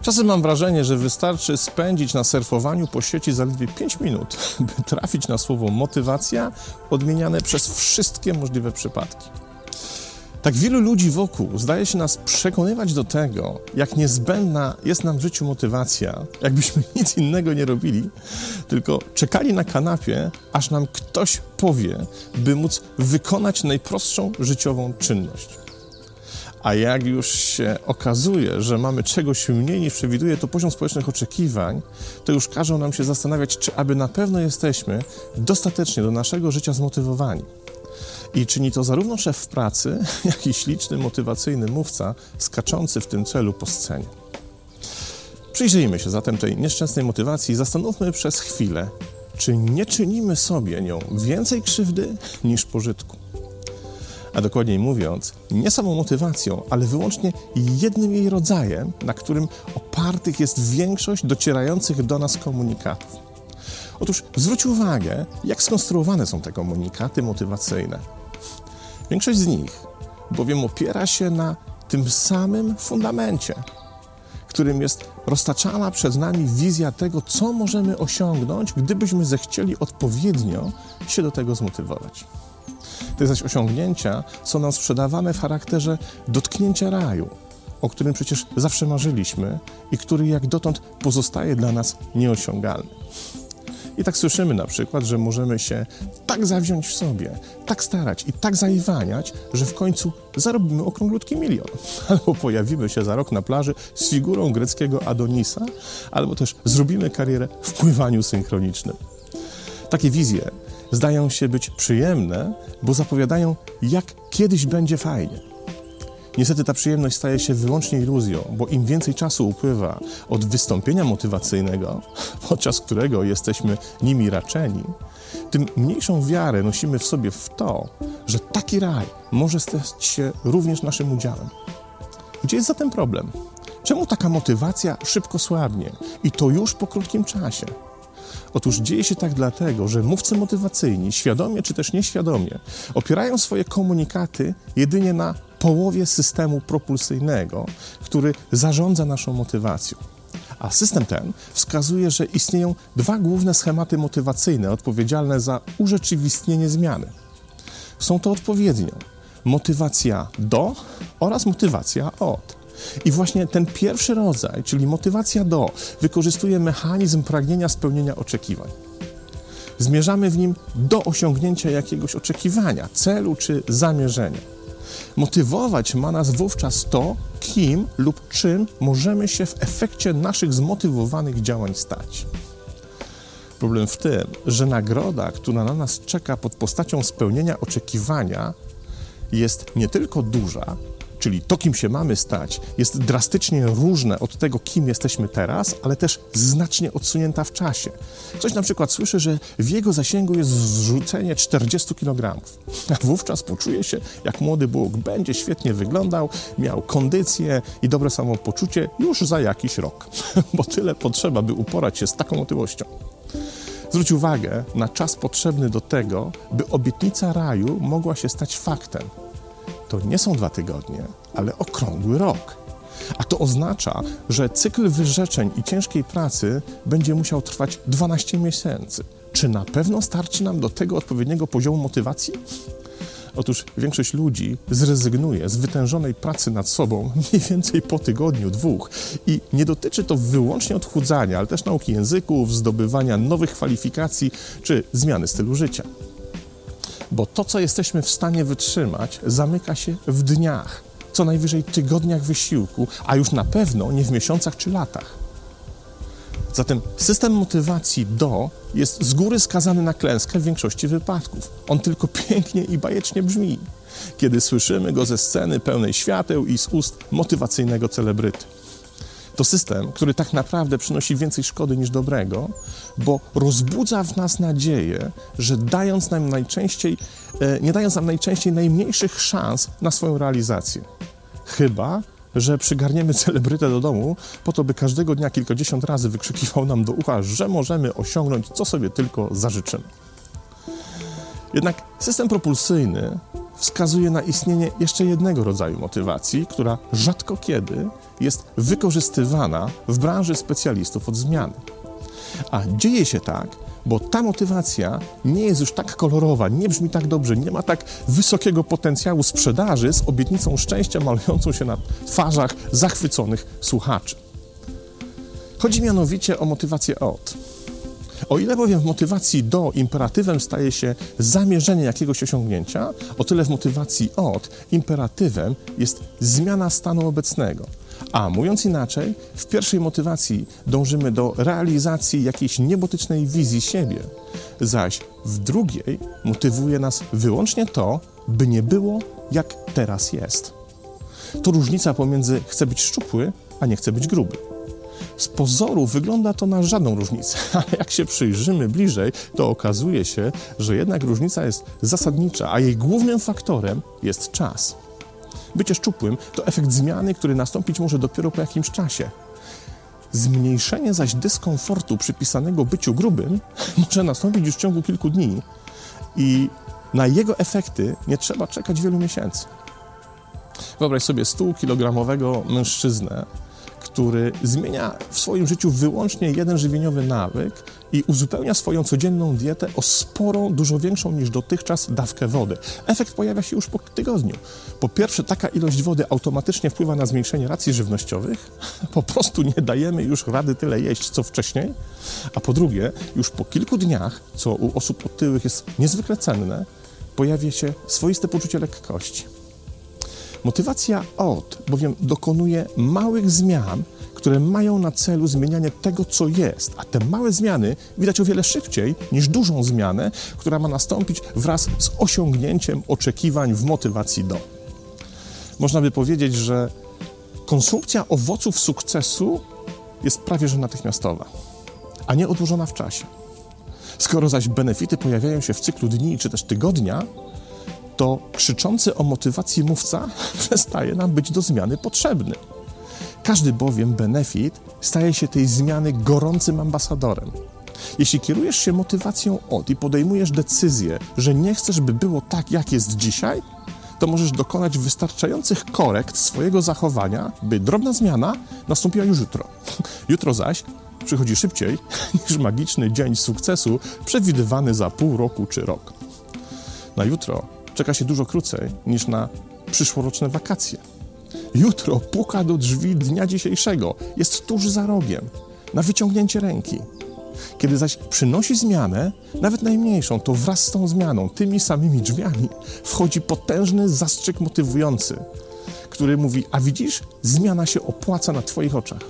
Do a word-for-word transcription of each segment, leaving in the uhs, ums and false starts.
Czasem mam wrażenie, że wystarczy spędzić na surfowaniu po sieci zaledwie pięć minut, by trafić na słowo motywacja odmieniane przez wszystkie możliwe przypadki. Tak wielu ludzi wokół zdaje się nas przekonywać do tego, jak niezbędna jest nam w życiu motywacja, jakbyśmy nic innego nie robili, tylko czekali na kanapie, aż nam ktoś powie, by móc wykonać najprostszą życiową czynność. A jak już się okazuje, że mamy czegoś mniej niż przewiduje to poziom społecznych oczekiwań, to już każą nam się zastanawiać, czy aby na pewno jesteśmy dostatecznie do naszego życia zmotywowani. I czyni to zarówno szef pracy, jak i śliczny, motywacyjny mówca skaczący w tym celu po scenie. Przyjrzyjmy się zatem tej nieszczęsnej motywacji i zastanówmy przez chwilę, czy nie czynimy sobie nią więcej krzywdy niż pożytku. A dokładniej mówiąc, nie samą motywacją, ale wyłącznie jednym jej rodzajem, na którym opartych jest większość docierających do nas komunikatów. Otóż zwróć uwagę, jak skonstruowane są te komunikaty motywacyjne. Większość z nich bowiem opiera się na tym samym fundamencie, którym jest roztaczana przed nami wizja tego, co możemy osiągnąć, gdybyśmy zechcieli odpowiednio się do tego zmotywować. Te zaś osiągnięcia są nam sprzedawane w charakterze dotknięcia raju, o którym przecież zawsze marzyliśmy i który jak dotąd pozostaje dla nas nieosiągalny. I tak słyszymy na przykład, że możemy się tak zawziąć w sobie, tak starać i tak zaiwaniać, że w końcu zarobimy okrąglutki milion. Albo pojawimy się za rok na plaży z figurą greckiego Adonisa, albo też zrobimy karierę w pływaniu synchronicznym. Takie wizje zdają się być przyjemne, bo zapowiadają, jak kiedyś będzie fajnie. Niestety ta przyjemność staje się wyłącznie iluzją, bo im więcej czasu upływa od wystąpienia motywacyjnego, podczas którego jesteśmy nimi raczeni, tym mniejszą wiarę nosimy w sobie w to, że taki raj może stać się również naszym udziałem. Gdzie jest zatem problem? Czemu taka motywacja szybko słabnie i to już po krótkim czasie? Otóż dzieje się tak dlatego, że mówcy motywacyjni, świadomie czy też nieświadomie, opierają swoje komunikaty jedynie na połowie systemu propulsyjnego, który zarządza naszą motywacją. A system ten wskazuje, że istnieją dwa główne schematy motywacyjne odpowiedzialne za urzeczywistnienie zmiany. Są to odpowiednio motywacja do oraz motywacja od. I właśnie ten pierwszy rodzaj, czyli motywacja do, wykorzystuje mechanizm pragnienia spełnienia oczekiwań. Zmierzamy w nim do osiągnięcia jakiegoś oczekiwania, celu czy zamierzenia. Motywować ma nas wówczas to, kim lub czym możemy się w efekcie naszych zmotywowanych działań stać. Problem w tym, że nagroda, która na nas czeka pod postacią spełnienia oczekiwania, jest nie tylko duża, czyli to, kim się mamy stać, jest drastycznie różne od tego, kim jesteśmy teraz, ale też znacznie odsunięta w czasie. Ktoś na przykład słyszy, że w jego zasięgu jest zrzucenie czterdzieści kilogramów, a wówczas poczuje się jak młody Bóg, będzie świetnie wyglądał, miał kondycję i dobre samopoczucie już za jakiś rok, bo tyle potrzeba, by uporać się z taką otyłością. Zwróć uwagę na czas potrzebny do tego, by obietnica raju mogła się stać faktem. To nie są dwa tygodnie, ale okrągły rok. A to oznacza, że cykl wyrzeczeń i ciężkiej pracy będzie musiał trwać dwanaście miesięcy. Czy na pewno starczy nam do tego odpowiedniego poziomu motywacji? Otóż większość ludzi zrezygnuje z wytężonej pracy nad sobą mniej więcej po tygodniu, dwóch. I nie dotyczy to wyłącznie odchudzania, ale też nauki języków, zdobywania nowych kwalifikacji czy zmiany stylu życia. Bo to, co jesteśmy w stanie wytrzymać, zamyka się w dniach, co najwyżej tygodniach wysiłku, a już na pewno nie w miesiącach czy latach. Zatem system motywacji do jest z góry skazany na klęskę w większości wypadków. On tylko pięknie i bajecznie brzmi, kiedy słyszymy go ze sceny pełnej świateł i z ust motywacyjnego celebryty. To system, który tak naprawdę przynosi więcej szkody niż dobrego, bo rozbudza w nas nadzieję, że dając nam najczęściej, nie dając nam najczęściej najmniejszych szans na swoją realizację. Chyba że przygarniemy celebrytę do domu po to, by każdego dnia kilkadziesiąt razy wykrzykiwał nam do ucha, że możemy osiągnąć, co sobie tylko zażyczymy. Jednak system propulsyjny wskazuje na istnienie jeszcze jednego rodzaju motywacji, która rzadko kiedy jest wykorzystywana w branży specjalistów od zmiany. A dzieje się tak, bo ta motywacja nie jest już tak kolorowa, nie brzmi tak dobrze, nie ma tak wysokiego potencjału sprzedaży z obietnicą szczęścia malującą się na twarzach zachwyconych słuchaczy. Chodzi mianowicie o motywację od. O ile bowiem w motywacji do imperatywem staje się zamierzenie jakiegoś osiągnięcia, o tyle w motywacji od imperatywem jest zmiana stanu obecnego. A mówiąc inaczej, w pierwszej motywacji dążymy do realizacji jakiejś niebotycznej wizji siebie, zaś w drugiej motywuje nas wyłącznie to, by nie było jak teraz jest. To różnica pomiędzy chcę być szczupły, a nie chcę być gruby. Z pozoru wygląda to na żadną różnicę, ale jak się przyjrzymy bliżej, to okazuje się, że jednak różnica jest zasadnicza, a jej głównym faktorem jest czas. Bycie szczupłym to efekt zmiany, który nastąpić może dopiero po jakimś czasie. Zmniejszenie zaś dyskomfortu przypisanego byciu grubym może nastąpić już w ciągu kilku dni i na jego efekty nie trzeba czekać wielu miesięcy. Wyobraź sobie stukiilogramowego mężczyznę, który zmienia w swoim życiu wyłącznie jeden żywieniowy nawyk i uzupełnia swoją codzienną dietę o sporą, dużo większą niż dotychczas dawkę wody. Efekt pojawia się już po tygodniu. Po pierwsze, taka ilość wody automatycznie wpływa na zmniejszenie racji żywnościowych. Po prostu nie dajemy już rady tyle jeść, co wcześniej. A po drugie, już po kilku dniach, co u osób otyłych jest niezwykle cenne, pojawia się swoiste poczucie lekkości. Motywacja od bowiem dokonuje małych zmian, które mają na celu zmienianie tego, co jest, a te małe zmiany widać o wiele szybciej niż dużą zmianę, która ma nastąpić wraz z osiągnięciem oczekiwań w motywacji do. Można by powiedzieć, że konsumpcja owoców sukcesu jest prawie że natychmiastowa, a nie odłożona w czasie. Skoro zaś benefity pojawiają się w cyklu dni czy też tygodnia, to krzyczący o motywacji mówca przestaje nam być do zmiany potrzebny. Każdy bowiem benefit staje się tej zmiany gorącym ambasadorem. Jeśli kierujesz się motywacją od i podejmujesz decyzję, że nie chcesz, by było tak, jak jest dzisiaj, to możesz dokonać wystarczających korekt swojego zachowania, by drobna zmiana nastąpiła już jutro. Jutro zaś przychodzi szybciej niż magiczny dzień sukcesu przewidywany za pół roku czy rok. Na jutro czeka się dużo krócej niż na przyszłoroczne wakacje. Jutro puka do drzwi dnia dzisiejszego, jest tuż za rogiem, na wyciągnięcie ręki. Kiedy zaś przynosi zmianę, nawet najmniejszą, to wraz z tą zmianą, tymi samymi drzwiami, wchodzi potężny zastrzyk motywujący, który mówi, a widzisz, zmiana się opłaca na twoich oczach.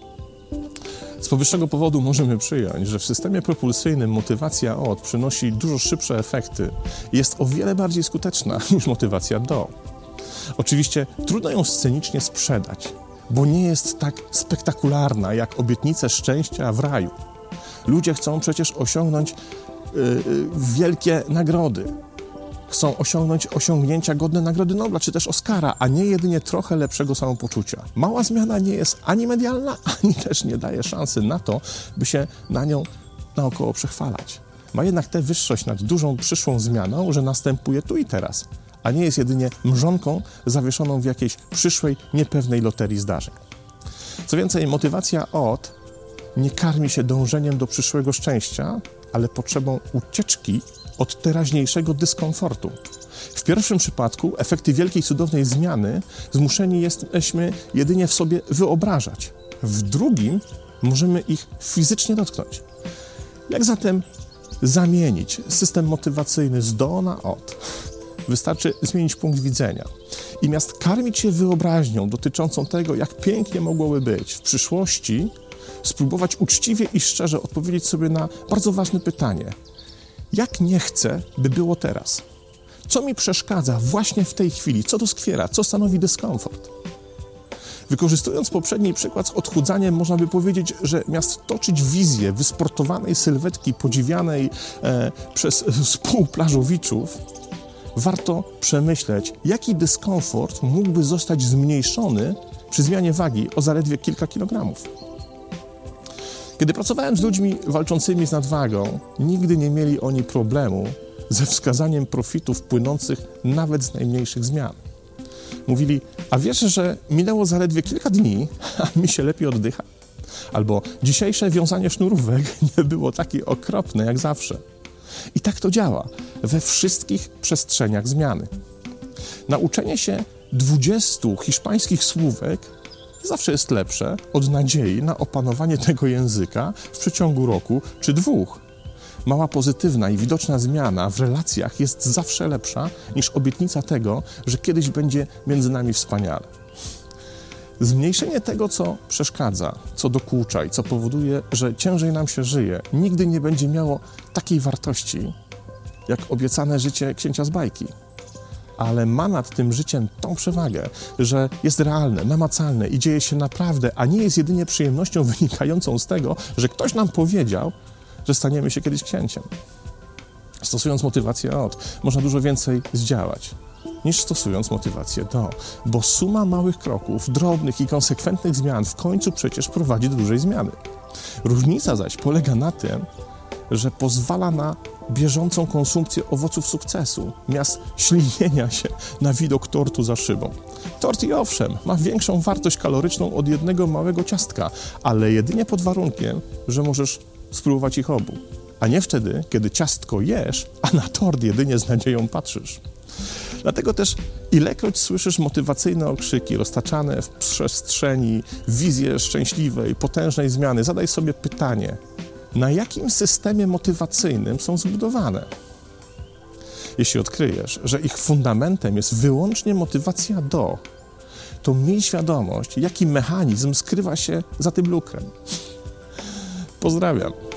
Z powyższego powodu możemy przyjąć, że w systemie propulsyjnym motywacja od przynosi dużo szybsze efekty i jest o wiele bardziej skuteczna niż motywacja do. Oczywiście trudno ją scenicznie sprzedać, bo nie jest tak spektakularna jak obietnice szczęścia w raju. Ludzie chcą przecież osiągnąć yy, yy, wielkie nagrody. Chcą osiągnąć osiągnięcia godne Nagrody Nobla czy też Oscara, a nie jedynie trochę lepszego samopoczucia. Mała zmiana nie jest ani medialna, ani też nie daje szansy na to, by się na nią naokoło przechwalać. Ma jednak tę wyższość nad dużą przyszłą zmianą, że następuje tu i teraz, a nie jest jedynie mrzonką zawieszoną w jakiejś przyszłej, niepewnej loterii zdarzeń. Co więcej, motywacja od nie karmi się dążeniem do przyszłego szczęścia, ale potrzebą ucieczki od teraźniejszego dyskomfortu. W pierwszym przypadku efekty wielkiej, cudownej zmiany zmuszeni jesteśmy jedynie w sobie wyobrażać. W drugim możemy ich fizycznie dotknąć. Jak zatem zamienić system motywacyjny z do na od? Wystarczy zmienić punkt widzenia. I miast karmić się wyobraźnią dotyczącą tego, jak pięknie mogłoby być w przyszłości, spróbować uczciwie i szczerze odpowiedzieć sobie na bardzo ważne pytanie. Jak nie chcę, by było teraz? Co mi przeszkadza właśnie w tej chwili? Co doskwiera? Co stanowi dyskomfort? Wykorzystując poprzedni przykład z odchudzaniem, można by powiedzieć, że miast toczyć wizję wysportowanej sylwetki podziwianej e, przez współplażowiczów, warto przemyśleć, jaki dyskomfort mógłby zostać zmniejszony przy zmianie wagi o zaledwie kilka kilogramów. Kiedy pracowałem z ludźmi walczącymi z nadwagą, nigdy nie mieli oni problemu ze wskazaniem profitów płynących nawet z najmniejszych zmian. Mówili, a wiesz, że minęło zaledwie kilka dni, a mi się lepiej oddycha? Albo dzisiejsze wiązanie sznurówek nie było takie okropne jak zawsze. I tak to działa we wszystkich przestrzeniach zmiany. Nauczenie się dwudziestu hiszpańskich słówek zawsze jest lepsze od nadziei na opanowanie tego języka w przeciągu roku czy dwóch. Mała pozytywna i widoczna zmiana w relacjach jest zawsze lepsza niż obietnica tego, że kiedyś będzie między nami wspaniale. Zmniejszenie tego, co przeszkadza, co dokucza i co powoduje, że ciężej nam się żyje, nigdy nie będzie miało takiej wartości, jak obiecane życie księcia z bajki. Ale ma nad tym życiem tą przewagę, że jest realne, namacalne i dzieje się naprawdę, a nie jest jedynie przyjemnością wynikającą z tego, że ktoś nam powiedział, że staniemy się kiedyś księciem. Stosując motywację od, można dużo więcej zdziałać, niż stosując motywację do, bo suma małych kroków, drobnych i konsekwentnych zmian w końcu przecież prowadzi do dużej zmiany. Różnica zaś polega na tym, że pozwala na bieżącą konsumpcję owoców sukcesu, miast ślinienia się na widok tortu za szybą. Tort i owszem, ma większą wartość kaloryczną od jednego małego ciastka, ale jedynie pod warunkiem, że możesz spróbować ich obu, a nie wtedy, kiedy ciastko jesz, a na tort jedynie z nadzieją patrzysz. Dlatego też ilekroć słyszysz motywacyjne okrzyki roztaczane w przestrzeni, wizje szczęśliwej, potężnej zmiany, zadaj sobie pytanie, na jakim systemie motywacyjnym są zbudowane? Jeśli odkryjesz, że ich fundamentem jest wyłącznie motywacja do, to miej świadomość, jaki mechanizm skrywa się za tym lukrem. Pozdrawiam.